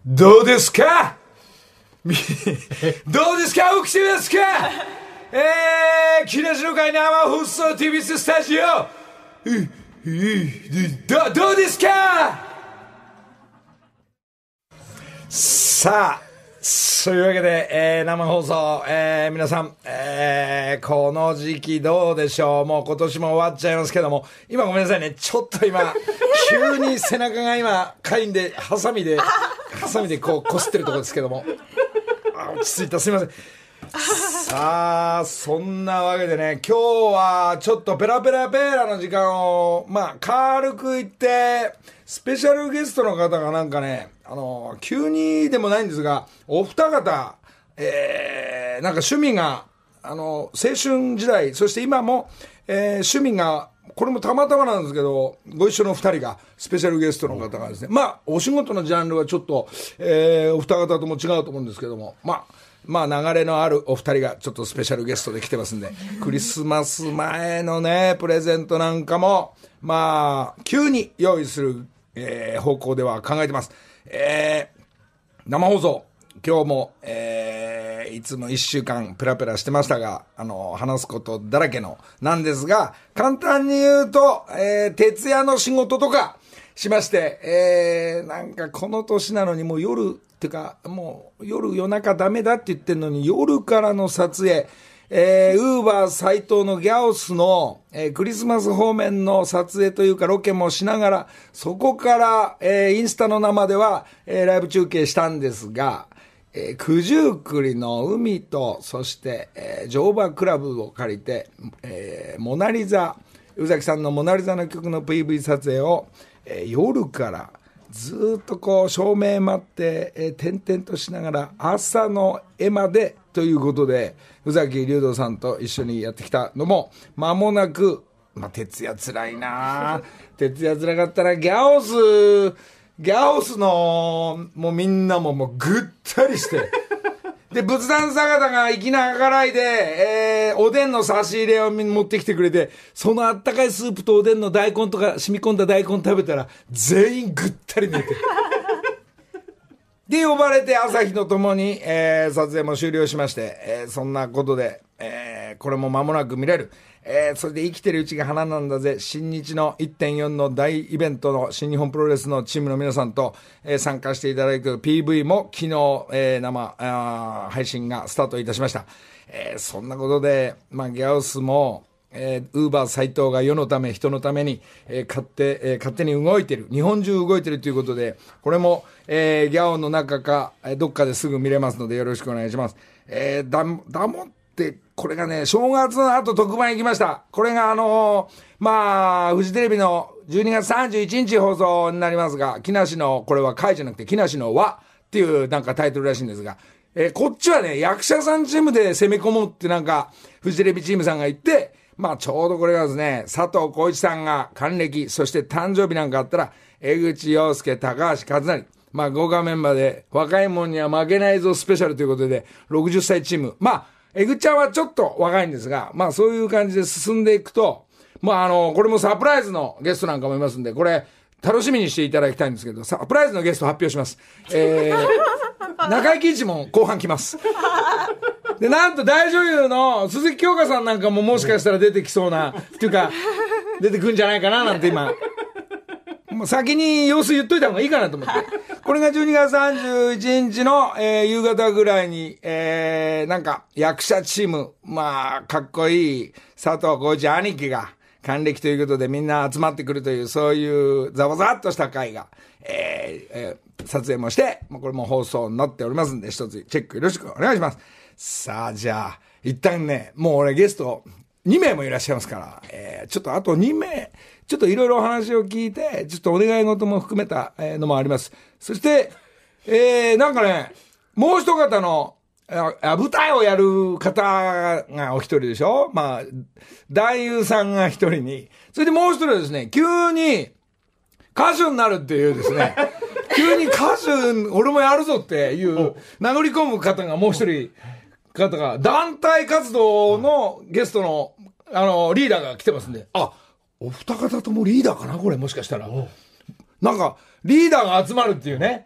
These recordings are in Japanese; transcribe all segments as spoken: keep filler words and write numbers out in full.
どうですかどうですか起きてますかえー、木梨の会生放送 ティービーエス スタジオど, どうですかさあそういうわけで、えー、生放送、えー、皆さん、えー、この時期どうでしょう。もう今年も終わっちゃいますけども、今ごめんなさいね、ちょっと今急に背中が今かいんでハサミでハサミでこうこすってるところですけども、あ落ち着いた、すいません。さあそんなわけでね、今日はちょっとペラペラペーラの時間をまあ軽く言って、スペシャルゲストの方がなんかね、あの急にでもないんですが、お二方、えー、なんか趣味があの青春時代、そして今も、えー、趣味がこれもたまたまなんですけど、ご一緒の二人がスペシャルゲストの方がですね、まあお仕事のジャンルはちょっと、えー、お二方とも違うと思うんですけども、まあまあ流れのあるお二人がちょっとスペシャルゲストで来てますんで、クリスマス前のねプレゼントなんかもまあ急に用意する、えー、方向では考えてます。えー、生放送今日も、えー、いつもいっしゅうかんペラペラしてましたが、あの話すことだらけのなんですが、簡単に言うと、えー、徹夜の仕事とかしまして、えー、なんかこの年なのにもう夜っていうか、もう夜夜中ダメだって言ってるのに、夜からの撮影、えー、ウーバー斎藤のギャオスの、えー、クリスマス方面の撮影というかロケもしながら、そこから、えー、インスタの生では、えー、ライブ中継したんですが、えー、九十九里の海と、そして、えー、乗馬クラブを借りて、えー、モナリザ、宇崎さんのモナリザの曲の ピーブイ 撮影を、えー、夜からずっとこう照明待って、えー、点々としながら朝の絵までということで、宇崎竜童さんと一緒にやってきたのも間もなく、まあ、徹夜つらいな徹夜つらかったらギャオスギャオスのもうみんなももうぐったりしてで仏壇坂田が粋な計らいで、えー、おでんの差し入れを持ってきてくれて、そのあったかいスープとおでんの大根とか染み込んだ大根食べたら全員ぐったり寝てで呼ばれて朝日とともに、えー、撮影も終了しまして、えー、そんなことで、えー、これも間もなく見れる、えー、それで生きてるうちが花なんだぜ、新日の いってんよん の大イベントの新日本プロレスのチームの皆さんと、えー、参加していただく ピーブイ も昨日、えー、生あ配信がスタートいたしました。えー、そんなことで、まあ、ギャオスもえー、ウーバー斎藤が世のため人のために、えー、勝手、えー、勝手に動いてる、日本中動いてるということで、これも、えー、ギャオの中か、えー、どっかですぐ見れますのでよろしくお願いします。えー、だだもってこれがね、正月の後特番行きました。これがあのー、まあフジテレビのじゅうにがつさんじゅういちにち放送になりますが、木梨のこれは会じゃなくて木梨の和っていうなんかタイトルらしいんですが、えー、こっちはね役者さんチームで攻め込もうってなんかフジテレビチームさんが言って、まあちょうどこれがですね、佐藤浩市さんが還暦、そして誕生日なんかあったら江口洋介、高橋克成、まあ豪華メンバーで若いもんには負けないぞスペシャルということでろくじゅっさいチーム、まあ江口ちゃんはちょっと若いんですが、まあそういう感じで進んでいくと、まああのこれもサプライズのゲストなんかもいますんで、これ楽しみにしていただきたいんですけど、サプライズのゲスト発表します。えー、中井貴一も後半来ます。でなんと大女優の鈴木京香さんなんかももしかしたら出てきそうな、っていうか出てくんじゃないかななんて今もう先に様子言っといた方がいいかなと思って、これがじゅうにがつさんじゅういちにちの、えー、夕方ぐらいに、えー、なんか役者チーム、まあかっこいい佐藤浩市兄貴が還暦ということでみんな集まってくるという、そういうざわざっとした会が、えーえー、撮影もして、これも放送になっておりますんで、一つチェックよろしくお願いします。さあじゃあ一旦ね、もう俺ゲストにめいもいらっしゃいますから、えー、ちょっとあとにめいちょっといろいろお話を聞いて、ちょっとお願い事も含めたのもあります。そして、えー、なんかね、もう一方のあ舞台をやる方がお一人でしょ。まあ男優さんが一人に、それでもう一人はですね、急に歌手になるっていうですね急に歌手俺もやるぞっていう名乗り込む方がもう一人方が、団体活動のゲストのあのリーダーが来てますんで、あ、お二方ともリーダーかなこれ、もしかしたらなんかリーダーが集まるっていうね。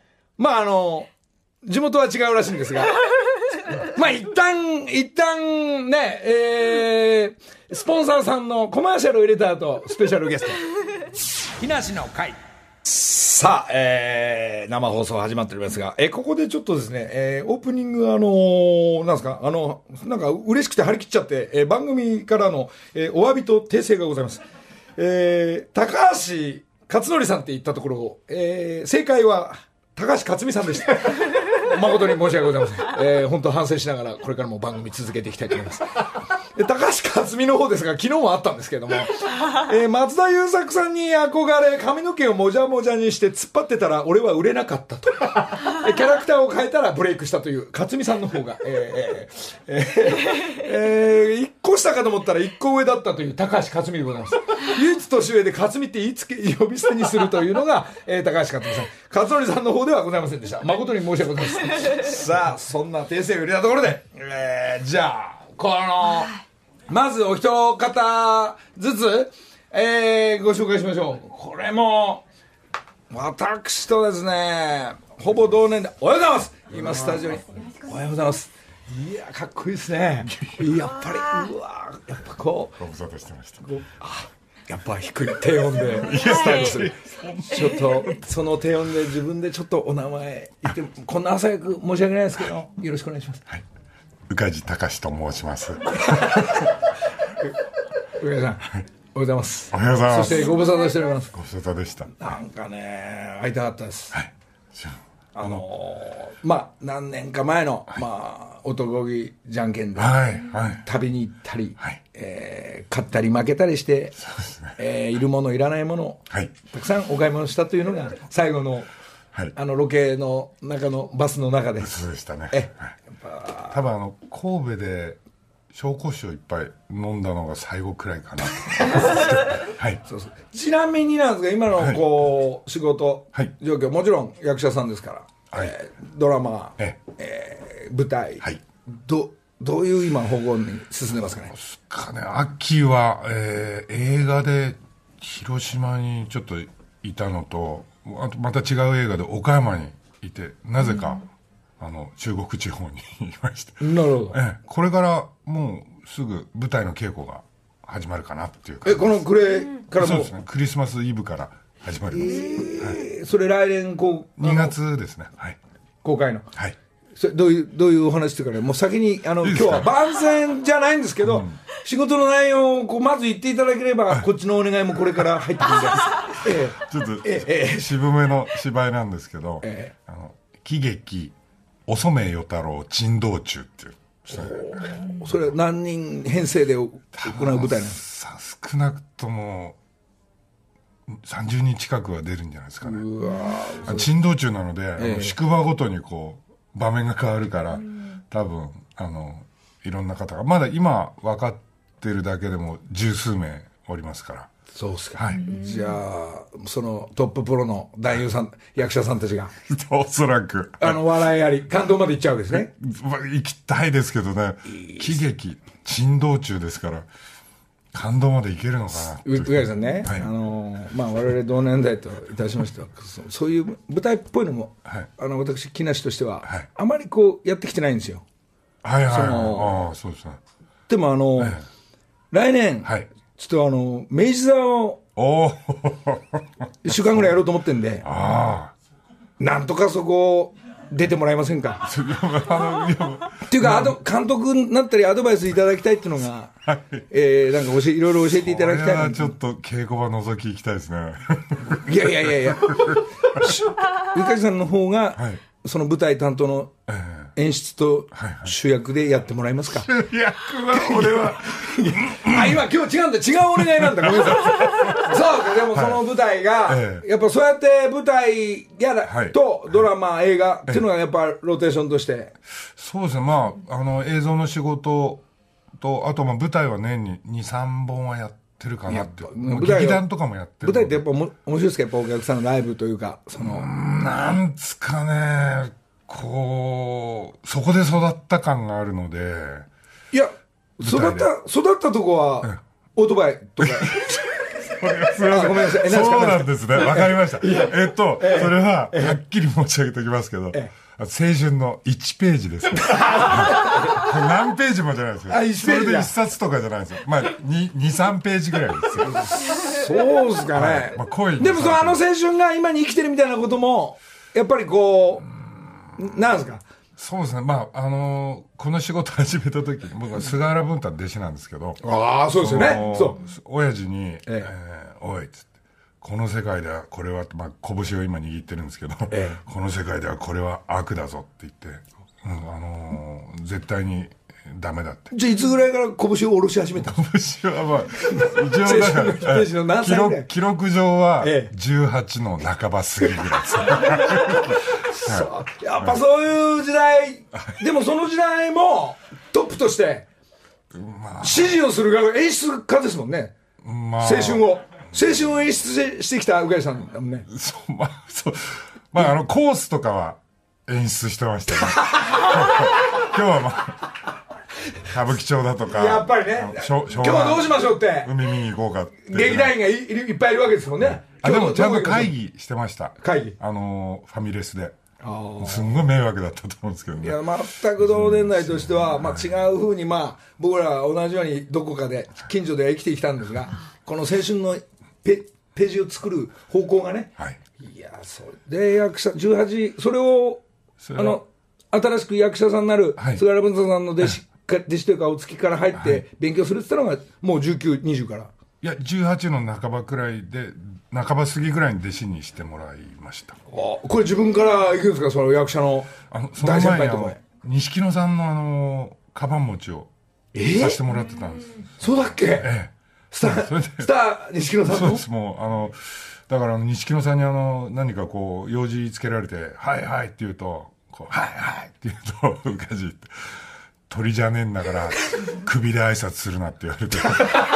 まああの、地元は違うらしいんですが、まあ一旦、一旦ね、えー、スポンサーさんのコマーシャルを入れた後、スペシャルゲスト。木梨の会。さあ、えー、生放送始まっておりますが、えー、ここでちょっとですね、えー、オープニング、あのー、なんですか、あの、なんか嬉しくて張り切っちゃって、えー、番組からの、えー、お詫びと訂正がございます。えー、高橋克典さんって言ったところを、えー、正解は高橋克美さんでした。誠に申し訳ございません。えー、本当反省しながらこれからも番組続けていきたいと思います。で高橋克美の方ですが、昨日もあったんですけれども、えー、松田優作さんに憧れ髪の毛をもじゃもじゃにして突っ張ってたら俺は売れなかったと。キャラクターを変えたらブレイクしたという克美さんの方が、えーえーえー、いっこ下かと思ったらいっこ上だったという高橋克美でございます。唯一年上で克美って言いつけ呼び捨てにするというのが、えー、高橋克美さん。克典さんの方ではございませんでした。誠に申し訳ございません。さあ、そんな訂正を入れたところで、えー、じゃあ、この、まずお一方ずつ、えー、ご紹介しましょう。これも、私とですね、ほぼ同年代、おはようございます。今スタジオに、おはようございます。いや、かっこいいですね。やっぱり、うわやっぱこう、 ご無沙汰してました。 あやっぱ低い低音でスタイルする。ちょっとその低音で自分でちょっとお名前言ってこんな朝早く申し訳ないですけどよろしくお願いします。 はい、宇梶隆と申します。 宇梶さん、おはようございます。 おはようございます。 そしてご無沙汰しております。 ご無沙汰でした。 なんかね会いたかったです。 はい。 あのー、まあ何年か前の、はい、まあ男気じゃんけんで、 はいはい、 旅に行ったり、 はい、 えー、買ったり負けたりして、 そうですね、 えー、いるものいらないものを、はい、たくさんお買い物したというのが最後の、はい、あのロケの中のバスの中でそうでしたね。 え、 はい、多分あの神戸で紹興酒をいっぱい飲んだのが最後くらいかな。はい、そうそう。 ちなみになんですが今のこう、はい、仕事、はい、状況もちろん役者さんですから、はい、えー、ドラマ、ええー、舞台、はい、どどういう今方向に進んでますかね。 ですかね。秋は、えー、映画で広島にちょっといたのと、あとまた違う映画で岡山にいて、なぜか、うん、あの中国地方にいました。 なるほど。 えー、これからもうすぐ舞台の稽古が始まるかなっていう感じ。 え、この暮れからも、 そうですね。クリスマスイブから始まります。えーはい、それ来年こうにがつですね。はい。 公開の。 はい。 それどういうどういうお話というかね、もう先にあの今日は番宣じゃないんですけど、うん、仕事の内容をこうまず言っていただければ、こっちのお願いもこれから入ってくるんで、 ええ、ちょっと、ええ、渋めの芝居なんですけど、ええ、あの喜劇お染与太郎珍道中っていう。 それは何人編成で行う舞台なんですか。 少なくともさんじゅうにん近くは出るんじゃないですかね。うわ珍道中なので、ええ、宿場ごとにこう場面が変わるから、多分あのいろんな方がまだ今分かってるだけでも十数名おりますから。 そうですか、はい、じゃあそのトッププロの男優さん役者さんたちがおそらくあの笑いあり感動まで行っちゃうわけですね。 行きたいですけどね。喜劇珍道中ですから感動までいけるのかな。 宇梶さんね、はい、あのまあ、我々同年代といたしましてはそそういう舞台っぽいのも、はい、あの私木梨としては、はい、あまりこうやってきてないんですよ。 はいはいはい。そのあそうですね。 でもあの、はい、来年、はい、ちょっとあの明治座をいっしゅうかんぐらいやろうと思ってんで、あなんとかそこ出てもらえませんか。っていうかアド監督になったりアドバイスいただきたいっていうのが、はい、えー、なんか教えいろいろ教えていただきたい。 これはちょっと稽古場覗き行きたいですね。 いやいやいやいや宇梶さんの方が、はい、その舞台担当の演出と主役でやってもらえますか。 主役は俺はあ今今日違うんだ違うお願いなんだごめんなさい。そうかでもその舞台が、はい、やっぱそうやって舞台やら、はい、とドラマ、はい、映画っていうのがやっぱローテーションとして。 そうですね。まああの映像の仕事とあとまあ舞台は年ににさんぼんはやってるかなって。劇団とかもやってる。 舞台ってやっぱおも面白いですか。やっぱお客さんのライブというかそのなんつかねこうそこで育った感があるので。 いや育った育ったとこは、うん、オートバイとかすみません。 ごめんなさい。 そうなんですね。わかりました。えっと、それは、はっきり申し上げておきますけど、青春のいちページです。何ページもじゃないですよ。 あ、いちページ。 それでいっさつとかじゃないですよ。まあ、に、さんページぐらいですよ。 そうですかね。はい、まあ、濃い。でも、そのあの青春が今に生きてるみたいなことも、やっぱりこう、なんですか。 そうですね。まあ、あのー、この仕事始めた時、僕は菅原文太の弟子なんですけど。 ああ、そうですよね。そう。 親父に、えええー、おい、つって。この世界ではこれは、まあ、拳を今握ってるんですけど、ええ、この世界ではこれは悪だぞって言って、うん、あのー、絶対にダメだって。 じゃあいつぐらいから拳を下ろし始めたの？ 拳はまあ、一応だから記録、記録上はじゅうはちの半ば過ぎぐらいです、 はい、やっぱそういう時代、でもその時代もトップとして、まあ、指示をする側、演出家ですもんね。まあ、青春を。青春を演出してきた鵜飼さんだもんね。 そう、まあ、そう。まあ、あの、コースとかは演出してましたね。今日はまあ、歌舞伎町だとか。 やっぱりね。今日はどうしましょうって。 海見に行こうかって。 劇団員が い, いっぱいいるわけですもんね。 あ、でもちゃんと会議してました。 会議。 あの、ファミレスで。すんごい迷惑だったと思うんですけどね。 いや、全く同年代としては、まあ違うふうに、まあ、僕らは同じようにどこかで、近所で生きてきたんですが、この青春のペ, ページを作る方向がね、はい、いや、それで役者じゅうはち、それをあの新しく役者さんになる、はい、菅原文太さんの弟子、はい、弟子というかお付きから入って勉強するって言ったのがもうじゅうきゅう、にじゅうから。 いや、じゅうはちの半ばくらいで、半ば過ぎぐらいに弟子にしてもらいました。あ、 これ自分から行くんですか、その役者の大先輩のところへ。 錦野さんのあのカバン持ちをさせてもらってたんです。 そうだっけ？ええ、スター、スター、錦野さんの？ そうです、もう、あの、だから、錦野さんにあの、何かこう、用事つけられて、はいはいって言うと、こう、はいはいって言うと、うかじって、鳥じゃねえんだから、首で挨拶するなって言われて。そこ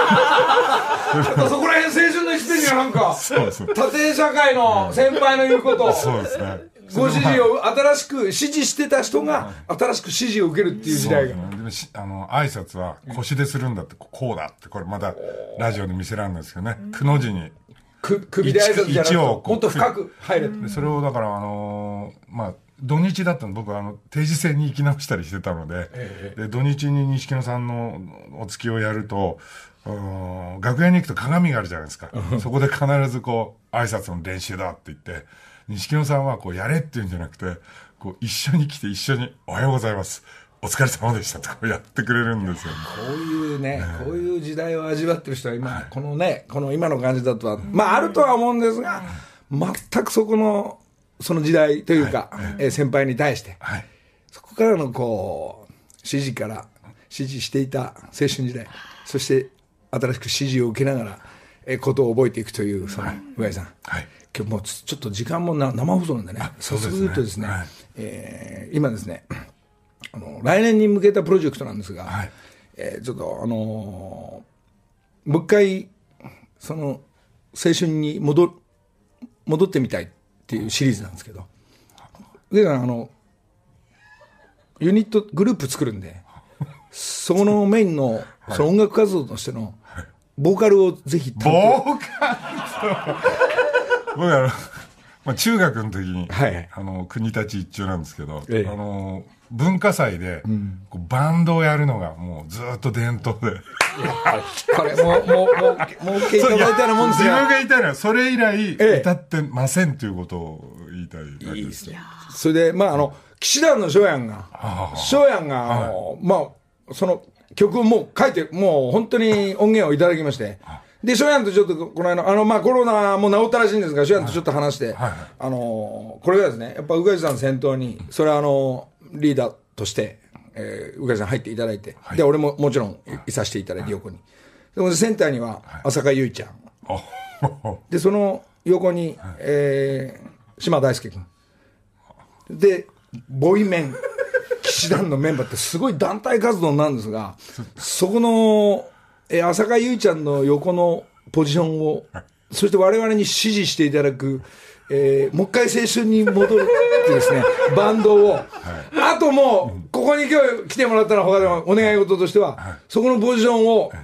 ら辺青春の一ページがなんか、そうそう。縦社会の先輩の言うこと。 そうですね。 ご指示を新しく指示してた人が新しく指示を受けるっていう時代が、 ね、あの挨拶は腰でするんだって、こうだって、これまだラジオで見せられるんですけどね、くの字に首で挨拶じゃなくてもっと深く入る。 でそれをだからあのー、まあ土日だったの、僕はあの定時制に行き直したりしてたので、ええ、で土日に錦野さんのお付きをやると、楽屋に行くと鏡があるじゃないですか。そこで必ずこう挨拶の練習だって言って錦野さんはこうやれって言うんじゃなくて、こう一緒に来て一緒におはようございます、お疲れ様でしたとこうやってくれるんですよ、ね、 こういうね、ね、こういう時代を味わってる人は今、はい、このね、この今の感じだとは、まああるとは思うんですが、全くそこのその時代というか、はい、えー、先輩に対して、はい、そこからのこう指示から指示していた青春時代、そして新しく指示を受けながら、えー、ことを覚えていくというその鵜飼さん、はい、今日もうちょっと時間もな生放送なんでね、早速言うとですね、はい、えー、今ですね、あの来年に向けたプロジェクトなんですが、はい、えー、ちょっとあのー、もう一回その青春に戻戻ってみたいっていうシリーズなんですけど、であのユニットグループ作るんで、そこのメインのその音楽活動としてのボーカルをぜひ担当。ボーカル僕あの、まあ、中学の時に、はい、あの国立一中なんですけど、ええ、あの文化祭で、うん、こうバンドをやるのがもうずっと伝統で、 これもうもうもうもう受けいただいたようなもんですよ。 自分が言いたいのはそれ以来歌ってませんということを言いたいわけです。いいですよ。 それでまああの騎士団の翔やんが翔やんがあの、まあその曲をもう書いてもう本当に音源をいただきまして。で、翔やんとちょっと、この間、あの、まあ、コロナも治ったらしいんですが、翔やんとちょっと話して、はいはい、あの、これがですね、やっぱ、鵜飼さん先頭に、それはあの、リーダーとして、えー、鵜飼さん入っていただいて、はい、で、俺ももちろん、いさせていただいて、横に。で、センターには、浅香唯ちゃん。はい、で、その横に、えー、島大輔君。で、ボイメン、騎士団のメンバーってすごい団体活動なんですが、そこの、えー、浅香唯ちゃんの横のポジションを、そして我々に指示していただく、えー、もう一回青春に戻るってですね、バンドを、はい、あともう、ここに今日来てもらったのは他でもお願い事としては、はい、そこのポジションを、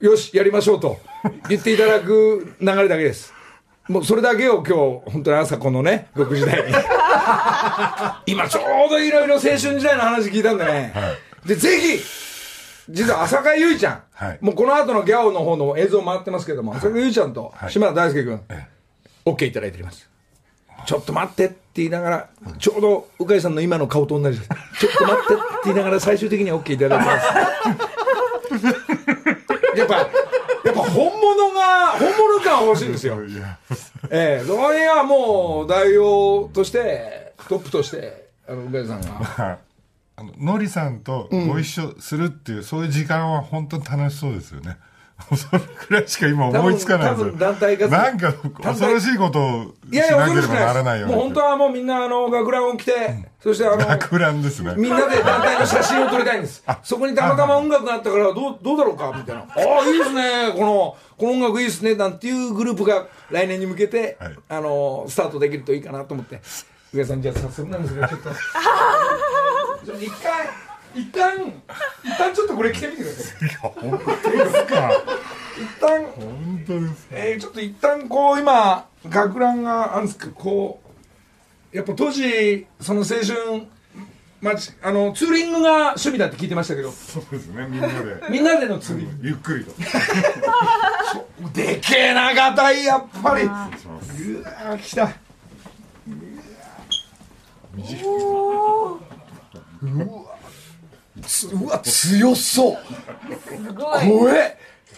よしやりましょうと言っていただく流れだけです。もうそれだけを今日本当に朝このねろくじ台に今ちょうどいろいろ青春時代の話聞いたんでね、はい、でぜひ実は浅香唯ちゃん、はい、もうこの後のギャオの方の映像回ってますけども、はい、浅香唯ちゃんと島田大輔君、はい、OK いただいております。ちょっと待ってって言いながら、ちょうど鵜飼さんの今の顔と同じです。ちょっと待ってって言いながら最終的には OK いただいてますやっぱやっぱ本物が本物感欲しいんですよええ、そこにはもう代表としてトップとしてあの鵜飼さんがあのノリさんとご一緒するっていう、うん、そういう時間は本当に楽しそうですよね。それくらいしか今思いつかないですよ。団体活動なんか恐ろしいことをしなければならないよね。 もう本当はもうみんなあの学ランを着て、うん、そしてあの学ランですね。 みんなで団体の写真を撮りたいんです。そこにたまたま音楽があったからどうどうだろうかみたいな。ああいいですね、このこの音楽いいですねなんていうグループが来年に向けて、はい、あのスタートできるといいかなと思って。上さんじゃあ早速なんですがちょっと一回一旦一旦ちょっとこれ着てみてください。いや本当ですか。一旦本当ですか。 えー、ちょっと一旦こう今学ランがあるんですけど、こうやっぱ当時その青春まちあのツーリングが趣味だって聞いてましたけど。 そうですね、みんなでみんなでのツーリング、 ゆっくりとでけえながたいやっぱり。うわー来た。おうわうわ強そうすごい怖え。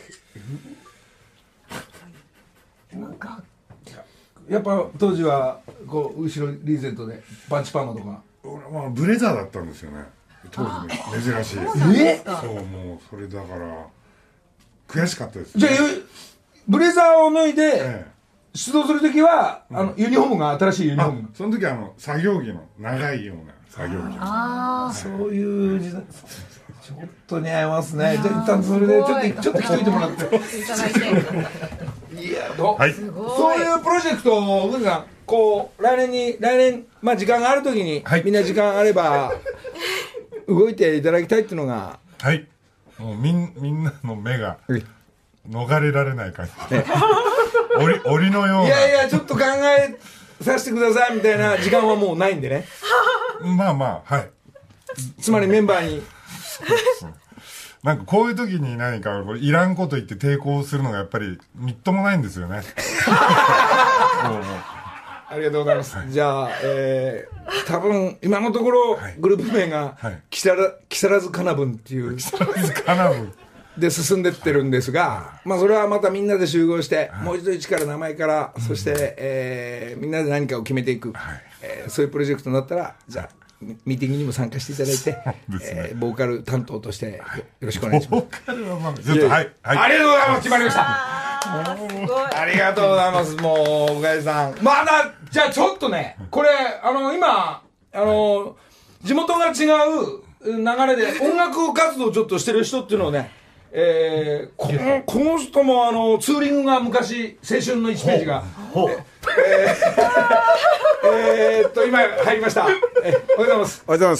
やっぱ当時はこう後ろリーゼントでパンチパーマとか。 俺はブレザーだったんですよね当時ね。珍しい。 えそうもうそれだから悔しかったです、 ね、じゃあブレザーを脱いで、ええ出動するときは、うん、あのユニフォームが新しいユニフォーム。 その時はあの作業着の長いような作業着。 ああ、はい、そういう時代。ちょっと似合いますね。じゃあ一旦それでちょっとちょっと着といてもらって。いただいて。いやどう、はい、そういうプロジェクトをぐんさんこう来年に来年まあ時間があるときに、はい、みんな時間あれば動いていただきたいっていうのが。 はい。もうみんみんなの目が逃れられない感じ。ね檻, 檻のような。いやいやちょっと考えさせてくださいみたいな時間はもうないんでね。 まあまあはい。 つまりメンバーになんかこういう時に何かこれいらんこと言って抵抗するのがやっぱりみっともないんですよね。 ありがとうございます、はい、じゃあ、えー、多分今のところグループ名が木更津かなぶんっていう木更津かなぶんで進んでってるんですが、まあ、それはまたみんなで集合して、はい、もう一度一から名前から、うん、そして、えー、みんなで何かを決めていく、はいえー、そういうプロジェクトになったらじゃあミーティングにも参加していただいて、ねえー、ボーカル担当としてよろしくお願いします。ボーカルはまあずっと、はいはい、ありがとうございます。決まりました。ありがとうございます。もう鵜飼さんまだじゃあちょっとねこれあの今あの、はい、地元が違う流れで音楽活動をちょっとしてる人っていうのをねえー、こ, のこの人もあのツーリングが昔青春のいちページがえー、えー、っと今入りました、えー、おはようございます。 おはようございます、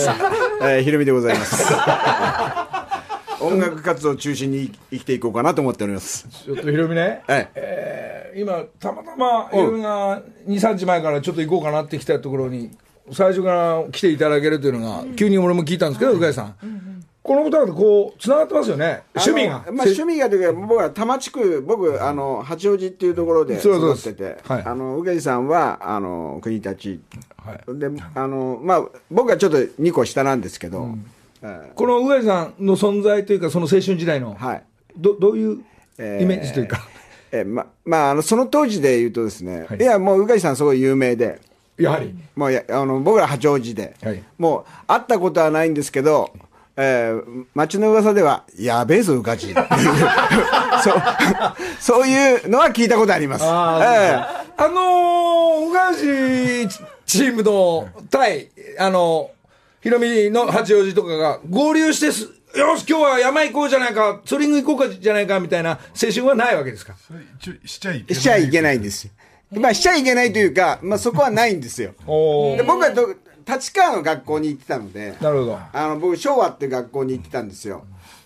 えーえー、ひろみでございます音楽活動を中心に生きていこうかなと思っております。 ちょっとひろみね、はいえー、今たまたまひろみがにさんじまえからちょっと行こうかなって来たところに最初から来ていただけるというのが、うん、急に俺も聞いたんですけど鵜飼さん、うんうんこのことはこうつながってますよね。趣味が、まあ、 趣味がというか僕は多摩地区僕あの八王子っていうところで育っててはい、あの鵜飼さんはあの国立、はい、であの、まあ、僕はちょっとにこ下なんですけど、うんえー、 この鵜飼さんの存在というかその青春時代の、はい、ど, どういうイメージというか、 えーえーままあ、あのその当時で言うとですね、はい、いやもう鵜飼さんすごい有名でやはりもうやあの僕ら八王子で、はい、もう会ったことはないんですけどえー、街の噂ではやべえぞうかちそうそういうのは聞いたことあります。あ、えー、あの鵜飼チームの対あのひろみの八王子とかが合流してすよし今日は山行こうじゃないかツーリング行こうかじゃないかみたいな青春はないわけですか。 それしちゃいけないしちゃいけないんですよ。まあしちゃいけないというか、まあ、そこはないんですよ。で僕はど立川の学校に行ってたので、 なるほど。 あの僕昭和って学校に行ってたんですよ。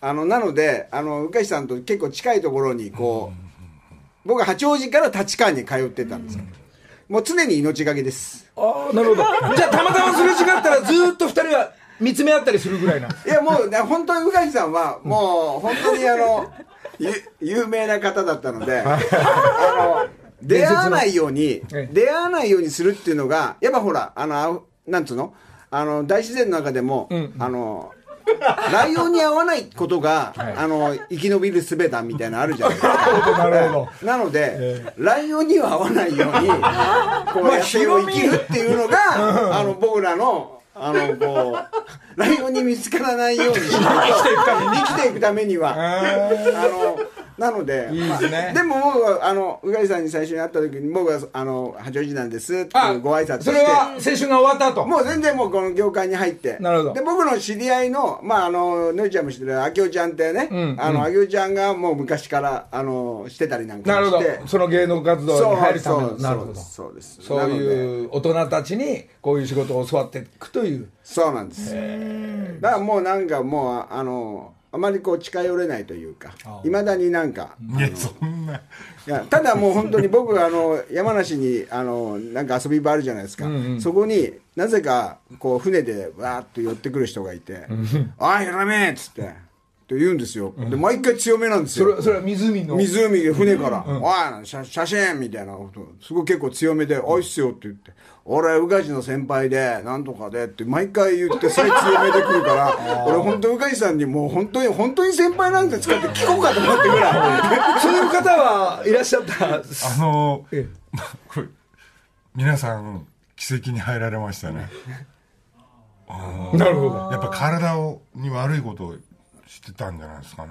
あのなのであの宇梶さんと結構近いところにこう、僕は八王子から立川に通ってたんですよ、もう常に命がけです。 ああなるほど。じゃあたまたますれ違ったらずっと二人は見つめ合ったりするぐらいな。 いやもう本当に宇梶さんはもう本当にあの有名な方だったのであの出会わないように出会わないようにするっていうのがやっぱほらあのなんつうのあの大自然の中でも、うん、あのライオンに合わないことが、はい、あの生き延びる術だみたいなのあるじゃないですか。なるほど。なので、えー、ライオンには合わないようにこう野生を生きるっていうのがあの僕らのあのこうライオンに見つからないようにしないと生きていくためにはあのなのでいいですね、 まあ、でも僕はあの宇梶さんに最初に会った時に僕はあの八王子なんですっていうご挨拶して、 それは青春が終わった後もう全然もうこの業界に入って、 なるほど。 で僕の知り合いのまああののりちゃんも知ってるあきおちゃんってね、うん、あのあきおちゃんがもう昔からあのしてたりなんかして、 なるほど、その芸能活動に入るための、 なるほど、そうです、 そういう大人たちにこういう仕事を教わっていくという。 そうなんです。だからもうなんかもうあのあまりこう近寄れないというか、いまだになんかいやそんないやただもう本当に僕あの山梨にあのなんか遊び場あるじゃないですか、うんうん、そこになぜかこう船でわーっと寄ってくる人がいて「おいヒラメ!」っつってって言うんですよ。で毎回強めなんですよ。 それそれは湖の湖で船から「うんうん、おい写写真!」みたいなことすごい結構強めで「おいっすよ」って言って「俺宇梶の先輩でなんとかで」って毎回言ってそれ強めでくるから俺本当宇梶さんにもう本当に本当に先輩なんて使って聞こうかと思ってぐらいそういう方はいらっしゃった。 あのー、これ皆さん奇跡に入られましたね。 なるほど。 やっぱ体をに悪いことをしてたんじゃないですかね。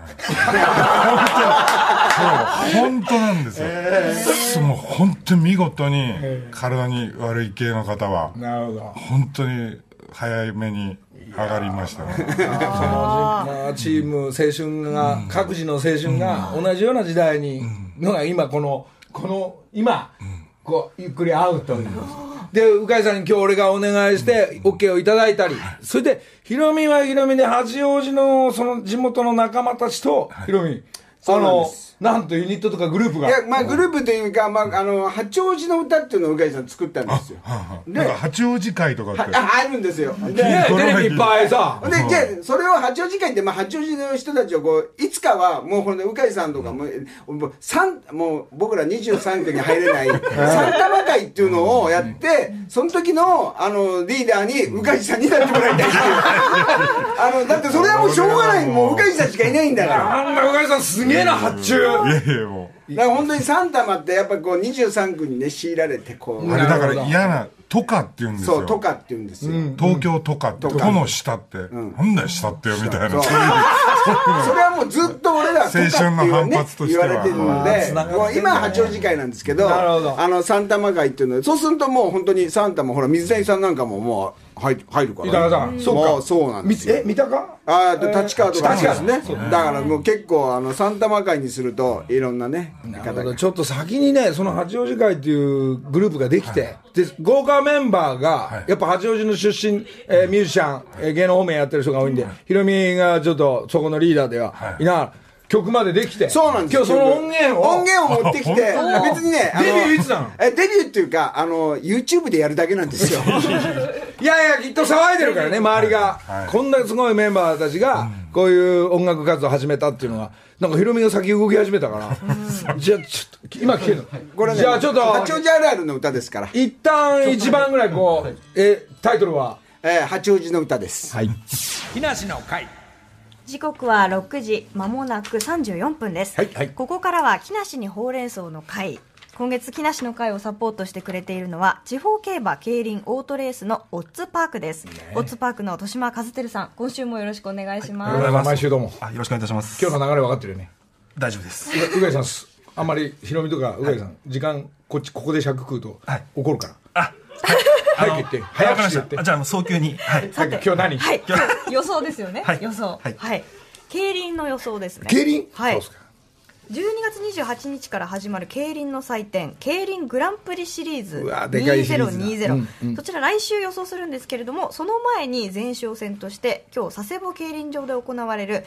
本当そう本当なんですよ、えー、もう本当に見事に体に悪い系の方は本当に早めに上がりましたね。その、 まあ、チーム青春が、うん、各自の青春が同じような時代に、うん、のが今このこの今、うん、こうゆっくり会うという、で宇梶さんに今日俺がお願いして OK をいただいたり、それでヒロミはヒロミで八王子のその地元の仲間たちとヒロミ、あのなんとユニットとかグループが、 いやまあグループというか、まあ、あの八王子の歌っていうのを宇梶さん作ったんですよ。 なんか八王子会とかってああるんですよ。でテレビいっぱいさでじゃあそれを八王子会って、まあ、八王子の人たちをこういつかはもうほんで宇梶さんとかも、うん、もうもう僕らにじゅうさんくに入れないサンタマ会っていうのをやって、その時のあのリーダーに宇梶さんになってもらいたいっていうあのだってそれはもうしょうがない、もう宇梶さんしかいないんだから。 あんな宇梶さんすげえな発注。 いやいやもうだから本当にサンタマってやっぱこうにじゅうさんくにね強いられてこうあれだから嫌な都下って言うんですよ。 そう都下って言うんですよ、うん、 東京都下って都の下って、うん、なんだよ下ってよみたいな、そうそうそれはもうずっと俺ら青春の反発としては言われてるので、もう今は八王子会なんですけど、あのサンタマ会っていうので、そうするともう本当にサンタもほら水谷さんなんかももう入るから、ね、 三鷹さん、そうか、 そうなんですよ。 え三鷹ああ立川とかですね、だからもう結構あのサンタマ会にするといろんなね方がちょっと先にねその八王子会っていうグループができて、はい、で豪華メンバーがやっぱ八王子の出身、えー、ミュージシャン、えー、芸能方面やってる人が多いんで、ヒロミがちょっとそこのリーダーではいながら曲までできて、 そうなんです。 今日その音源を音源を持ってきて、別にねデビューいつなの？ えデビューっていうかあの YouTube でやるだけなんですよ。 いやいやきっと騒いでるからね周りが、はい、こんなすごいメンバーたちがこういう音楽活動を始めたっていうのがなんかヒロミが先動き始めたからじゃあちょっと今聞けるのこれね、じゃあちょっと八王子あるあるの歌ですから、 一旦一番ぐらいこうえタイトルは、 えー、八王子の歌です。 はい。木梨の会。 時刻はろくじまもなくさんじゅうよんぷんです、 はいはい、 ここからは木梨にほうれん草の会。今月木梨の会をサポートしてくれているのは地方競馬競輪オートレースのオッズパークです、ね、オッズパークの豊島和輝さん、今週もよろしくお願いします。 はい、毎週どうもあよろしくお願いいたします。 今日の流れ分かってるよね。 大丈夫です。 宇梶さんあんまりヒロミとか宇梶さん、はい、時間こっちここで尺食うと怒るから、 はい、 あ早く言って早くしてじゃあ早急に、はい、 さて今日何、 はい、予想ですよね、はい、予想、はいはい、競輪の予想ですね。 競輪、 はい、 そうですか。 じゅうにがつにじゅうはちにちから始まる競輪の祭典競輪グランプリシリーズにせんにじゅう、うんうん、そちら来週予想するんですけれども、その前に前哨戦として今日佐世保競輪場で行われる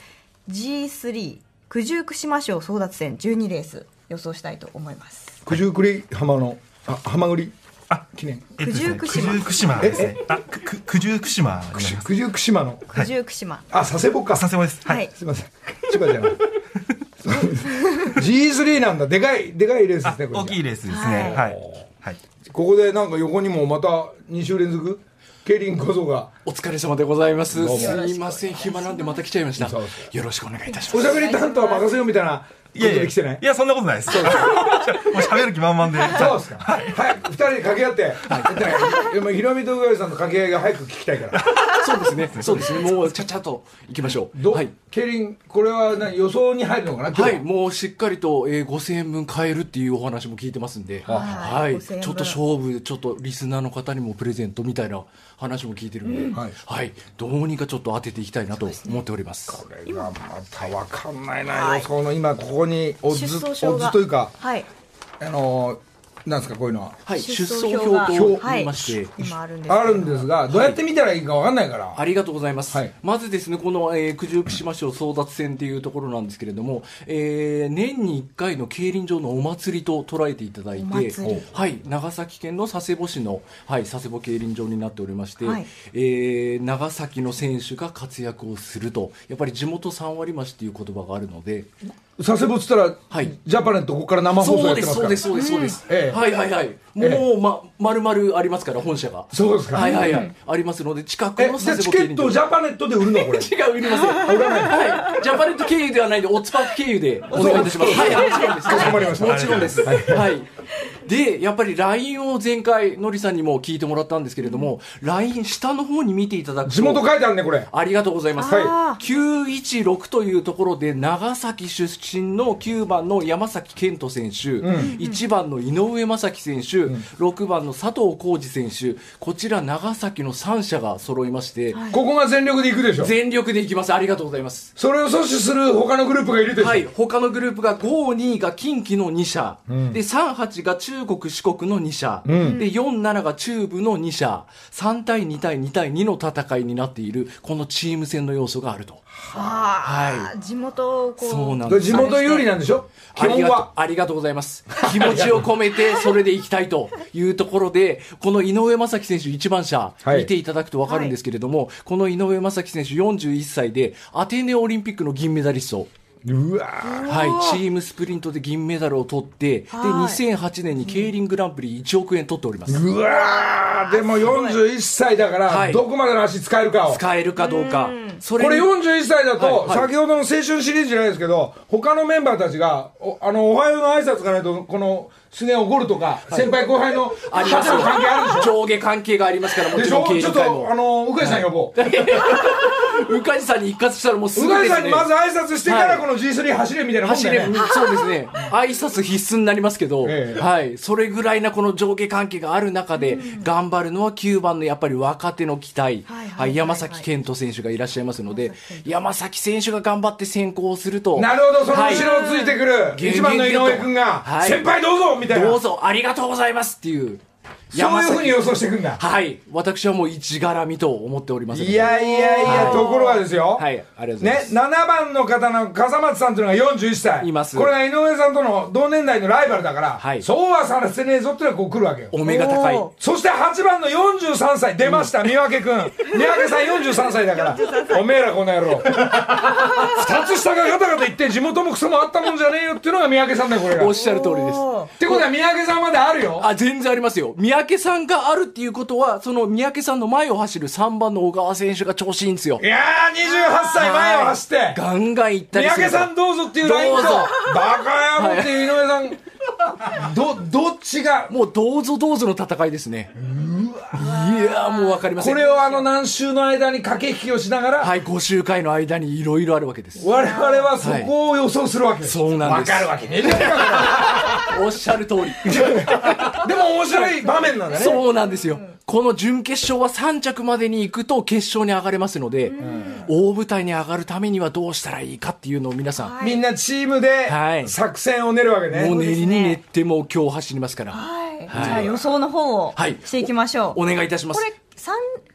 ジースリー 九十九島賞争奪戦じゅうにレース予想したいと思います。 九十九里浜のあ浜栗あ記念えっとですね九十九島九十九島ですね。あくく九十九島になります。 九十九島の九十九島、 あ佐世保か佐世保です。 は、 はいい。 すいません千葉じゃないジースリー なんだ。でかいでかいレースですね。これ大きいレースですはいね。はいはい。 ここでなんか横にもまたに週連続競輪小僧がお疲れ様でございます。 どうもすいません、暇なんでまた来ちゃいました。 そうですよろしくお願いいたしまおしゃべり担当は任せようみたいなことで来てない。 いやそんなことないです。もう喋る気満々で。 そうですか。はい二人で掛け合ってでもひろみと上井さんの掛け合いが早く聞きたいからす。そうですね、そうですね、もうちゃちゃっと行きましょう。 どはい。 競輪これは何予想に入るのかな今日はい、もうしっかりと、えー、ごせんえんぶん買えるっていうお話も聞いてますんで、 はいはい、 ごせんえんぶんちょっと勝負、ちょっとリスナーの方にもプレゼントみたいな話も聞いてるんで、 うんはいはい、どうにかちょっと当てていきたいなと思っております。 これがまた分かんないな、予想の今ここにオッズ出走オッ証がズというかはい、 あのなんですかこういうのははい、出出走走表が表と言いまして、 はい、今あるんですけどあるんですがどうやって見たらいいか分かんないから、 ありがとうございます、 はいまずですねこの、えー、九十九島賞争奪戦というところなんですけれども、えー年にいっかいの競輪場のお祭りと捉えていただいおて、 祭りはい、長崎県の佐世保市の、はい、佐世保競輪場になっておりまして、 はいえー長崎の選手が活躍をするとやっぱり地元さん割増しっていう言葉があるので、 佐世保っつったら、 はいジャパネットここから生放送そうですやってますからそうですそうですそうです、 ええはいはいはいもう、 ええま、丸々ありますから本社がそうですかはいはいはいありますので近くえのじゃあチケ佐世保競輪場ットをジャパネットで売るのこれ違う売りません売らないはい、ジャパネット経由ではないので、オッツパーク経由でお願いいたします。はい、もちろんです。 かしこまりましたもちろんです。はい。で、やっぱり ライン を前回、のりさんにも聞いてもらったんですけれども、ライン 下の方に見ていただくと。 地元書いてあるねこれありがとうございます。 はきゅういちろくというところで、長崎出身のきゅうばんの山崎健人選手、 んいちばんの井上正樹選手、ろくばんの佐藤浩二選手、こちら長崎のさん社が揃いまして、 ここが全力で行くでしょ全力でいきます。ありがとうございます。 それを阻止する他のグループがいるでしょ、 はい、他のグループがご、にが近畿のに社、でさん、はちが中国四国のに社、 んでよん、ななが中部のに社、さん対に対に対にの戦いになっているこのチーム戦の要素があると。 はあ、地元をこうそうなんです。 これ地元有利なんでしょ基ありがとう本はありがとうございます気持ちを込めてそれでいきたいというところでこの井上正樹選手いちばん車、 はい見ていただくと分かるんですけれども、この井上正樹選手よんじゅういっさいでアテネオリンピックの銀メダリスト、 うわーはい、チームスプリントで銀メダルを取ってではいにせんはちねんに競輪グランプリいちおくえん取っております、 うわーでもよんじゅういっさいだから、 はいどこまでの足使えるかを使えるかどうかそこれによんじゅういっさいだと、 はいはい先ほどの青春シリーズじゃないですけど他のメンバーたちがおあのおはようの挨拶がないとこのすね怒るとか、先輩後輩のあります縦の関係あるでしょ上下関係がありますからもでしちろん競ょちょっ輪界もとあの鵜飼さん呼ぼう宇梶さんに一括したらもうす鵜ぐですね飼さんにまず挨拶してからはいこの ジースリー 走れみたいなもん走れるだよねそうですね挨拶必須になりますけど、 ええはい、それぐらいなこの上下関係がある中で、頑張るのはきゅうばんのやっぱり若手の期待、 はいはいはいはい山崎健人選手がいらっしゃいますので山崎選手が頑張って先行するとなるほどその後ろをついてくるはいいちばんの井上君がはい先輩どうぞみたいなどうぞありがとうございますっていうそういうふうに予想していくんだはい私はもう一絡みと思っておりますのでいやいやいや、 はいところがですよ、 はいありがとうございまね、 す、 ななばんの方の笠松さんというのがよんじゅういっさいいますこれが井上さんとの同年代のライバルだから、 はいそうはさせねえぞっていうのがこう来るわけよお目が高いおーそしてはちばんのよんじゅうさんさい出ました、三宅君三宅さんよんじゅうさんさいだからおめえらこの野郎ふたつ下がガタガタ言って地元もクソもあったもんじゃねえよっていうのが三宅さんだよこれがっおっしゃる通りですおーてことは三宅さんまであるよあ全然ありますよ三宅さんがあるっていうことはその三宅さんの前を走るさんばんの小川選手が調子いいんですよいやーにじゅうはっさい前を走ってガンガン行ったりする三宅さんどうぞっていうラインとどうぞバカ野郎っていう井上さん、どどっちがもうどうぞどうぞの戦いですねいやもう分かりませんこれをあの何週の間に駆け引きをしながら、 はいご周回の間にいろいろあるわけです我々はそこを予想するわけです、 そうなんです分かるわけねえじゃねえかおっしゃる通りでも面白い場面なんだねそうなんですよこの準決勝はさん着までに行くと決勝に上がれますので大舞台に上がるためにはどうしたらいいかっていうのを皆さんみんなチームではい作戦を練るわけね、 もう練りに練ってもう今日走りますからはい、 はいじゃあ予想の方をはいしていきましょう、 お願いいたしますこれさん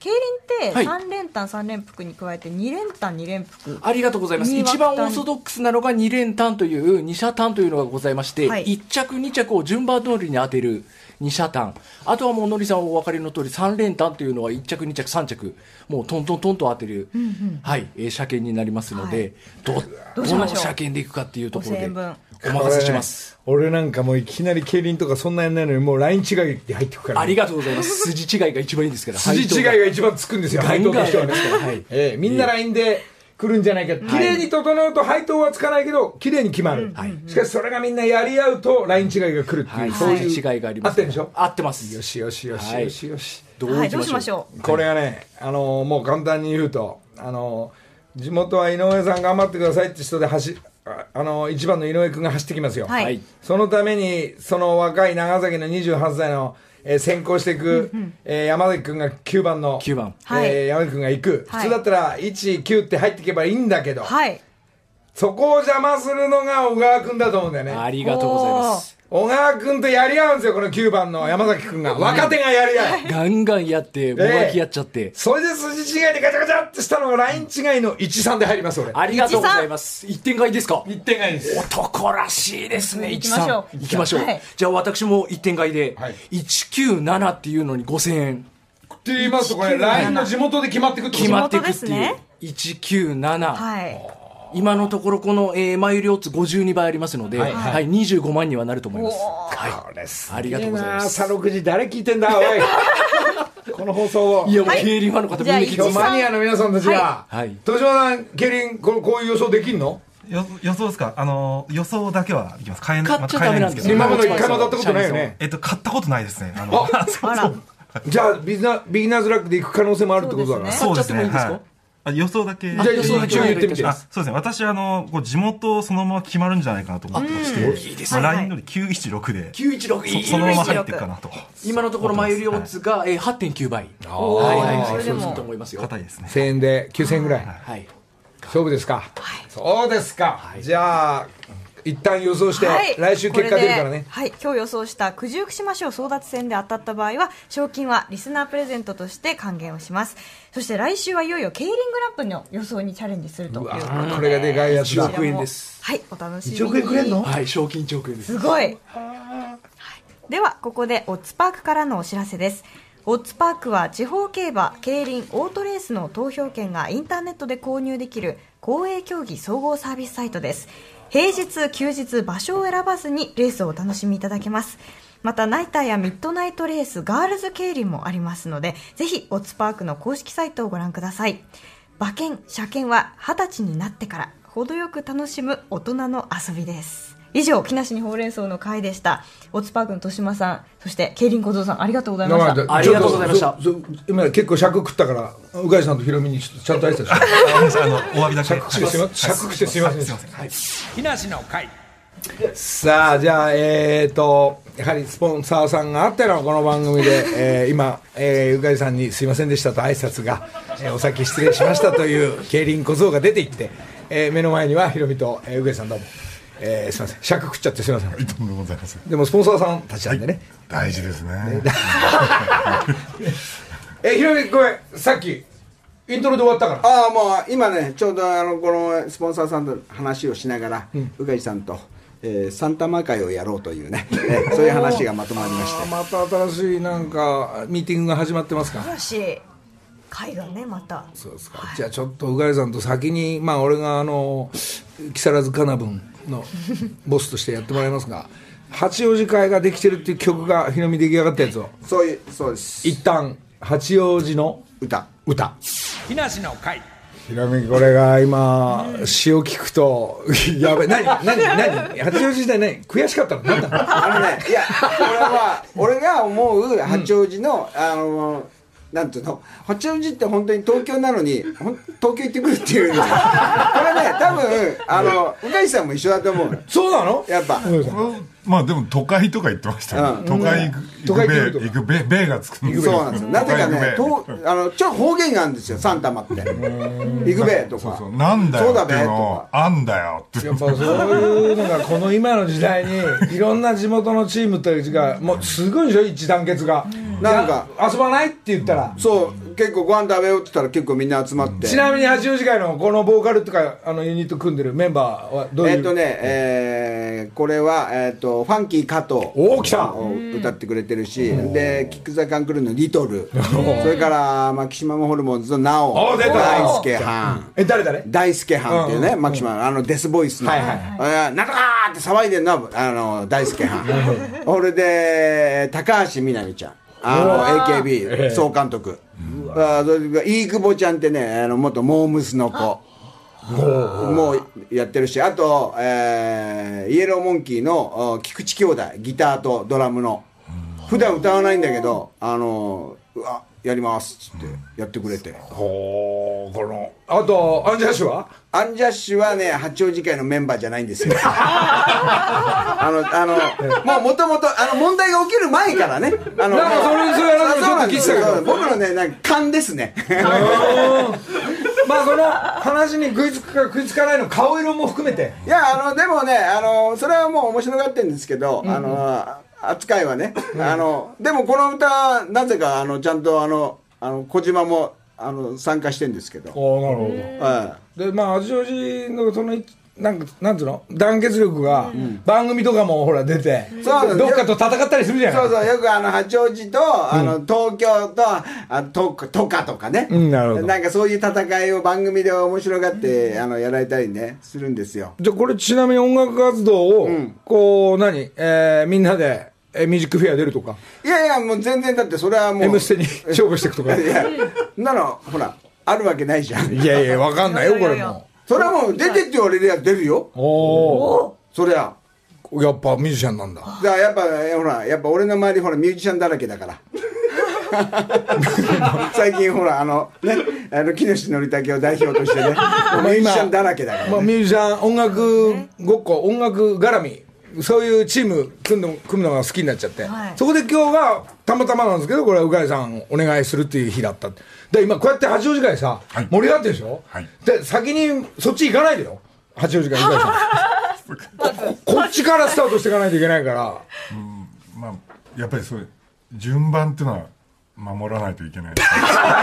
競輪ってはいさん連単さん連複に加えてに連単に連複、 ありがとうございます。 に一番オ枠単ーソドックスなのがに連単というに車単というのがございまして、 はいいっ着に着を順番通りに当てるに車単、あとはもうのりさんお分かりの通りさん連単というのはいっ着に着さん着もうトントントンと当てる、はい、えー車検になりますので、どどどうしましょうの車検でいくかっていうところごせんえでんぶんお任せします。 俺なんかもういきなり競輪とかそんなやんないのにもうライン違いで入ってくから、 ありがとうございます。筋違いが一番いいですから。 筋違いが一番つくんですよ、配当としてはね。 はいええみんなラインで来るんじゃないか。綺麗に整うと配当はつかないけど、綺麗に決まる。しかしそれがみんなやり合うとライン違いが来るっていう、 はい、 そういう筋違いがあります。 合ってるでしょ。 合ってます。 よしよしよしはいよしよし。 どはい、どうしましょう。 これがね、あのーもう簡単に言うと、あのー地元は井上さん頑張ってくださいって人で走あ、あのー、いちばんの井上君が走ってきますよ。 はいはいそのためにその若い長崎のにじゅうはっさいの、えー先行していく、えー山崎君がきゅうばんのきゅうばんえーはい山崎君が行く、 はい普通だったらいち、きゅうって入っていけばいいんだけど、 はい。 そこを邪魔するのが小川君だと思うんだよね。 ありがとうございます。 小川君とやり合うんですよ、このきゅうばんの山崎君が。若手がやり合い。 ガンガンやって、もがきやっちゃって。 それで筋違いでガチャガチャってしたのがライン違いのいち、さんで入ります、俺。 ありがとうございます。一点買いですか？ いってんがいいです。 男らしいですね、 行きましょういちさん。行きましょうはい。 じゃあ私も一点買いではい、 いちきゅうななっていうのにごせんえん。 って言いますと、これ、ラインの地元で決まってくってこと決まっていくっていう地元ですね。 いちきゅうなな。 はい。 今のところこの、えー、前売りオッズごじゅうにばいありますので、 ははいい、にじゅうごまんにはなると思います。はい。 これすありがとうございます朝ろくじ誰聞いてんだ、おい。この放送を。 いや、もう競輪ファンの方みんな聞いて今日ます。 マニアの皆さんたちが、 はい豊島さん、競輪、こうこういう予想できんのよ予想ですか？あの予想だけはできます。買え買っちゃダメなんですけど今まで一回も当たったことないよね。 えっと買ったことないですね。あのあら。 じゃあビギナ、ビギナーズラックで行く可能性もあるってことだな。 そうそうですね。 買っちゃってもいいですかはいあ予想だけ。 じゃあ予想だけ言ってみて。 あそうですね。私あのこう地元そのまま決まるんじゃないかなと思ってまして、 いいですねまあラインよりきゅういちろくできゅういちろくいいそそのまま入っていくかなと。 今のところ前売りオッズが、えー、はってんきゅうばい。 おーはいはいはい。 それでもそうすると思いますよ。 硬いですね。 せんえんできゅうせんえんぐらい。 はい。 勝負ですか。そうですか。じゃあ、一旦予想して、 はい、 来週結果出るからねこれで。はい、今日予想した九十九島賞争奪戦で当たった場合は賞金はリスナープレゼントとして還元をします。そして来週はいよいよ競輪グランプリの予想にチャレンジするということで、 これがでかいやついちおだ。 くえんです。 はい、お楽しみに。 いちおくえんくれんのはい、賞金いちおくえんです。 すごい、はい、ではここでオッズパークからのお知らせです。オッズパークは地方競馬、競輪、オートレースの投票権がインターネットで購入できる公営競技総合サービスサイトです。平日休日場所を選ばずにレースをお楽しみいただけます。またナイターやミッドナイトレース、ガールズ競輪もありますので、ぜひオッズパークの公式サイトをご覧ください。馬券、車検ははたちになってから程よく楽しむ大人の遊びです。以上、木梨にほうれん草の会でした。オッズパークの豊島さん、そして競輪小僧さん、ありがとうございました。 ありがとうございましたそそ今結構尺食ったから、うがいさんとひろみにちゃんと挨拶して。 あのお詫びだけ。 尺してすいません。尺してすいません。 すいません。はい。 木梨の会。さあ、じゃあ、えーと、やはりスポンサーさんがあってのこの番組で、えー今、えー、うがいさんにすいませんでしたと挨拶が、えーお先失礼しましたという競輪小僧が出ていって、えー目の前にはひろみと、えー、うがいさんどうも。えーすいません。尺食っちゃってすいません。 とんでもございません。 でもスポンサーさんたちなんでね。 大事ですね。 え、ひろみ、ごめん、さっき、イントロで終わったから。 ああもう今ねちょうどあのこのスポンサーさんと話をしながら、うがいさんと、えー、サンタマ会をやろうというね、えーそういう話がまとまりまして、 また新しいなんかミーティングが始まってますか。 よし、会がね、また。 そうですか。じゃあちょっとうがいさんと先に、まあ俺があの木更津かな分のボスとしてやってもらいますが、八王子会ができてるっていう曲がひろみ出来上がったやつをそういうそうです一旦八王子の歌歌。木梨の会。ひろみ、これが今詩を聞くとやべ、何何何八王子時代何悔しかったの何だろう。 あのねいやこれは俺が思う八王子の、あのなんていうの、八王子って本当に東京なのにほん東京行ってくるっていうのこれね多分あのうがいさんも一緒だと思うの。 そうなの。 やっぱまあでも都会とか言ってましたよ、 うん都会行く都会行く行くべ行くべべがつくんですよ。 そうなんですよ。なぜかね都会行くべとあのちょっと方言があるんですよ、サンタマって行くべとかそうそう、なんだよっていうのをそうだべとかあんだよってやっぱそういうのがこの今の時代にいろんな地元のチームたちがもうすごいでしょ、一致団結が。 なんか遊ばないって言ったら、 そう結構ご飯食べようって言ったら結構みんな集まって、 ちなみに八王子会のこのボーカルとかあのユニット組んでるメンバーはどういう？ えっとね、えー、これは、えー、とファンキー加藤お来たを歌ってくれてるし、でキック・ザ・カンクルーのリトル、それからマキシマム・ホルモンズのナオお出た大輔藩、 え誰誰？ 大輔藩っていうね、 うんマキシマム、あのデスボイスの、 はいはいあなんとかーって騒いでるのはあの大輔藩それで高橋みなみちゃん、あの エーケービー 総監督、あそれから飯久保ちゃんってね、あの元モームスの子もうやってるし、あと、えー、イエローモンキーの菊池兄弟、ギターとドラムの、普段歌わないんだけど、あのうわやりますっつってやってくれて、 ほーこのあとアンジャッシュは？ アンジャッシュはね、八王子会のメンバーじゃないんですよあのあのもうもともとあの問題が起きる前からね、あのなんかそれそれ話ちょっと聞いてたけど、 僕のねなんか勘ですねまあその話に食いつくか食いつかないの顔色も含めて、 いやあのでもね、あのそれはもう面白がってるんですけど、うんうん、あの扱いはね、うん、あのでもこの歌はなぜかあのちゃんとあのあの小島もあの参加してるんですけど、 おなるほど、はい、でまあ八王子のそのなんかなんていうの団結力が、うん、番組とかもほら出て、うん、どっかと戦ったりするじゃない。 そうそう、よくあの八王子と、うん、あの東京とあととかとかね、 うん、なるほど、 なんかそういう戦いを番組で面白がって、うん、あのやられたりねするんですよ。 じゃあこれちなみに音楽活動を、うん、こう何、えー、みんなでえミュージックフェア出るとか、 いやいやもう全然、だってそれはもう M ステに勝負していくとかいやなのほらあるわけないじゃん。 いやいやわかんないよこれも。 それはもう出てって言われるやつ出るよ。おお、そりゃやっぱミュージシャンなんだ。 だからやっぱほらやっぱ俺の周りほらミュージシャンだらけだから最近ほらあのねあの木下憲武を代表としてねミュージシャンだらけだから、ね、 まあ、ミュージシャン音楽ごっこ音楽絡みそういうチーム組む組むのが好きになっちゃって、はい、そこで今日がたまたまなんですけど、これは鵜飼さんお願いするっていう日だった。で今こうやって八王子会さ、はい、盛り上がってるでしょ、はい、で先にそっち行かないでよ八王子会鵜飼さんこ, こっちからスタートしていかないといけないから、 うん、まあやっぱりそういう順番っていうのは守らないといけないで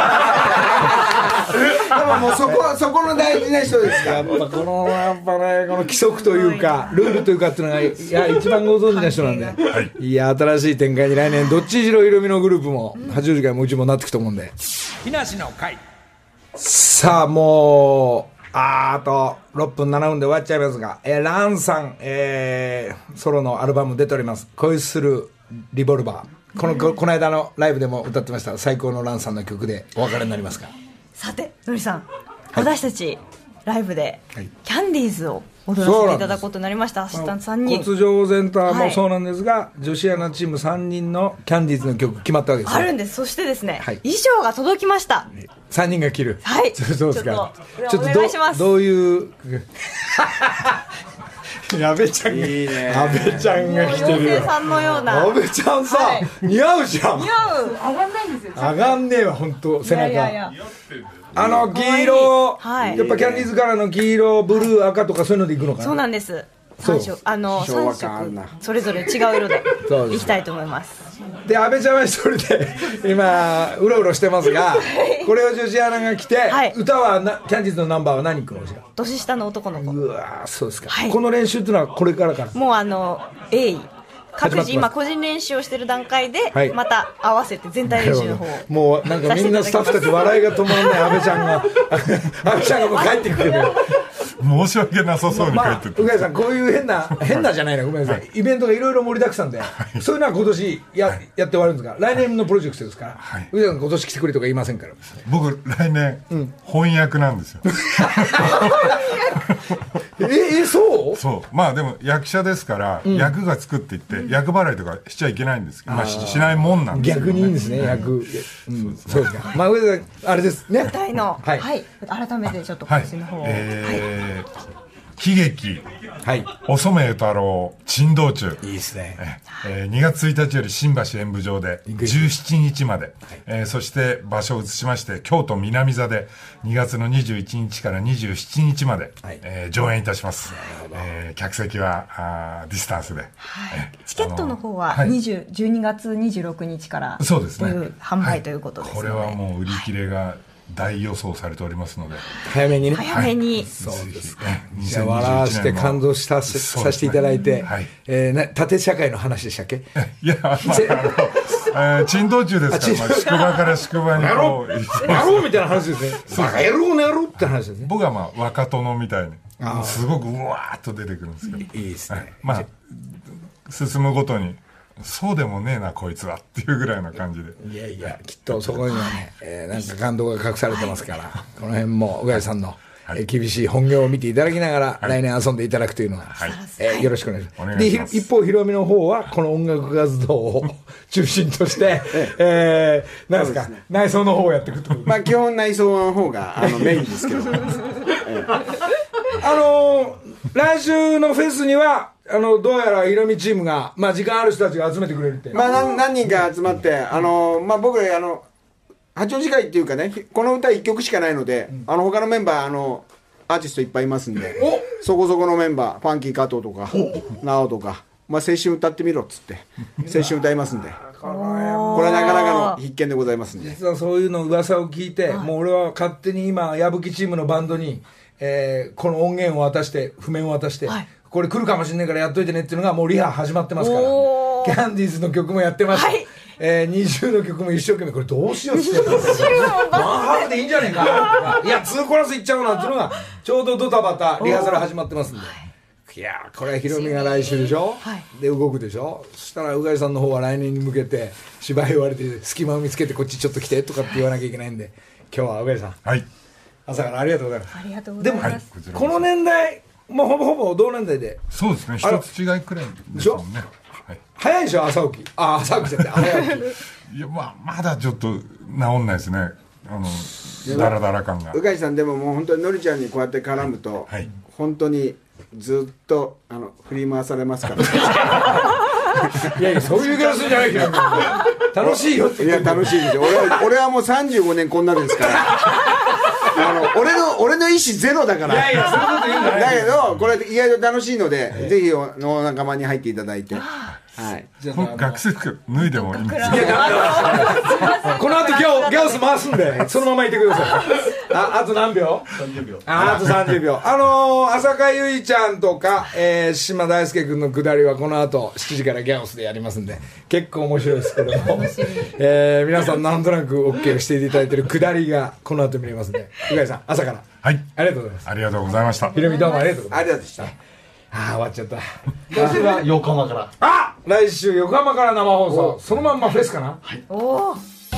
ももうそこそこの大事な人ですから。 やっぱこのやっぱねこの規則というかルールというかっていうのがいや一番ご存知な人なんで、はい、いや新しい展開に来年どっちしろ色味のグループも八王子会もうちもなっていくと思うんで、木梨の会さあもうあ, あとろっぷんななふんで終わっちゃいますが、えー、ランさん、えー、ソロのアルバム出ております。恋するリボルバー、この、この間のライブでも歌ってました最高のランさんの曲でお別れになりますが、 さてのりさん、はい、私たちライブでキャンディーズを踊らせていただくことになりました。アシスタントさんにん、 骨上センターもそうなんですが、はい、女子アナチームさんにんのキャンディーズの曲決まったわけですよ。 あるんです。そしてですね、はい、衣装が届きました。 さんにんが着る、 はい、 そうですか。 ちょっとお願いします。 どういう矢部ちゃんがいいね、阿部ちゃんが着てるよ。 妖精さんのような。 阿部ちゃんさ、はい、似合うじゃん。 似合う。上がんないんですよ。 上がんねえわ本当背中。いやいやいや、あの黄色、はい、やっぱキャンディーズカラーの黄色、ブルー、赤とかそういうのでいくのかな。 そうなんです。三色、あの三色それぞれ違う色でいきたいと思います。 で阿部ちゃんは一人で今うろうろしてますが、これを女子アナが来て、はい、歌はなキャンディーズのナンバーは何くのかしら。 年下の男の子。 うわそうですか、はい、この練習っていうのはこれからかな。 もうあの鋭意各自今個人練習をしてる段階で、はい、また合わせて全体練習の方をもうなんかみんなスタッフたち笑いが止まらない阿部ちゃんが阿部ちゃんがもう帰ってくる申し訳なさそうに帰ってって、 まあ、鵜飼さんこういう変な変なじゃないなごめんなさい、はい、イベントがいろいろ盛りだくさんで、はい、そういうのは今年 や,、はい、やって終わるんですが、来年のプロジェクトですから、はい、鵜飼さん今年来てくれとか言いませんから。 僕来年、うん、翻訳なんですよええそうそうまあでも役者ですから、うん、役がつくって言って、うん、役払いとかしちゃいけないんですけど、まあ、し, しないもんなんですよ、ね、 逆にいいんですね役、うん、そうですか。まあ上田さんあれですね、 舞台の、はいはい、改めてちょっと講師の方を、 はい、えーはい、喜劇、 はい、 お染太郎珍道中、 いいですね、 えー、にがつついたちより新橋演舞場でじゅうしちにちまで、はい、えー、そして場所を移しまして京都南座でにがつのにじゅういちにちからにじゅうしちにちまで、はい、えー、上演いたします。えー、客席はあディスタンスで、 はい、チケットの方はにじゅう、じゅうにがつにじゅうろくにちからそうですね、 販売ということですので、 はい、これはもう売り切れが大予想されておりますので、 早めにね、 早めに、はい、 そうですね、じゃあ笑わせて感動したさせていただいて、はい、えー、な縦社会の話でしたっけ？ いや、まあ、あの、えー、珍道中ですから、まあ、宿場から宿場にこうやろうみたいな話ですね。バカ野郎の野郎って話ですね。 僕はまあ若殿みたいにすごくうわーっと出てくるんですけど、 いいですね、はい、 まあ進むごとにそうでもねえなこいつはっていうぐらいの感じで、 いやいや、きっとそこにはね、えー、なんか感動が隠されてますから、はい、この辺も宇賀さんの、はい、えー、厳しい本業を見ていただきながら、はい、来年遊んでいただくというのが、はい、えー、よろしくお願いします。で、一方ひろみの方はこの音楽活動を中心として、えー、なんですか、ね、内装の方をやっていくという、 まあ基本内装の方があのメインですけどあのー、来週のフェスにはあのどうやらひろみチームが、まあ、時間ある人たちが集めてくれるって、 まあ、何, 何人か集まって、あの、まあ、僕あの八王子会っていうかね、この歌いっきょくしかないので、うん、あの他のメンバーあのアーティストいっぱいいますんで、そこそこのメンバー、ファンキー加藤とか直とか、まあ、青春歌ってみろっつって青春歌いますんで、これはなかなかの必見でございますんで、 実はそういうの噂を聞いて、はい、もう俺は勝手に今矢吹チームのバンドに、えー、この音源を渡して譜面を渡して、はい、これ来るかもしれないからやっといてねっていうのがもうリハ始まってますから、キャンディーズの曲もやってます、はい、えー、にじゅうの曲も一生懸命これどうしようってワンハーフでいいんじゃねえかいやにコーラスいっちゃうなっていうのがちょうどドタバタリハーサル始まってますんで、いやこれはヒロミが来週でしょ、はい、で動くでしょ、そしたら宇賀さんの方は来年に向けて芝居言われて隙間を見つけてこっちちょっと来てとかって言わなきゃいけないんで、今日は宇賀さん、 はい、 朝からありがとうございます。 ありがとうございます。 でも、はい、この年代もうほぼほぼ同年代で、 そうですね、一つ違いくらいですもんね、はい、 早いでしょ朝起き、あ朝起きじゃって早起きいや、まあ、まだちょっと治んないですね、あのダラダラ感が。 宇賀さんでももう本当にのりちゃんにこうやって絡むと、はいはい、本当にずっとあの振り回されますから、ね、 いやいやそういう気がするんじゃないけど楽しいよって言って。いや楽しいですよ、俺は俺はもうさんじゅうごねんこんなですからあの俺の俺の意思ゼロだから。 いやいやそういうこと言うんじゃない。 だけどこれ意外と楽しいので、えー、ぜひお仲間に入っていただいて、はい、 じゃあ学生服脱いでもいいんですか。 この後ギャオギャオス回すんでそのままいてください。ああと何秒？さんじゅうびょう。ああとさんじゅうびょう。あのー、浅香唯ちゃんとか、えー、島大輔君の下りはこの後しちじからギャオスでやりますんで結構面白いですけども、えー、皆さんなんとなく OK していただいてる下りがこの後見れますんで、宇賀さん朝からはいありがとうございます。 ありがとうございました。 ひろみどうもありがとうございます。 ありがとうございました。 ああ終わっちゃった。 来週は横浜から。 あ来週横浜から生放送、そのまんまフェスかな。はい、おお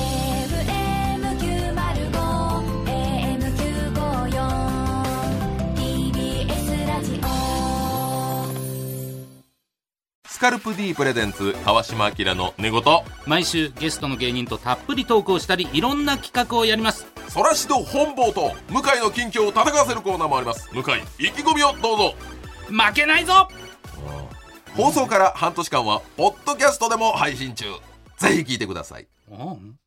スカルプ D プレゼンツ川島明の寝言。 毎週ゲストの芸人とたっぷりトークをしたりいろんな企画をやります。 そらしど本坊と向井の近況を戦わせるコーナーもあります。向井意気込みをどうぞ。 負けないぞ。 放送から半年間はポッドキャストでも配信中。ぜひ聞いてください。 うん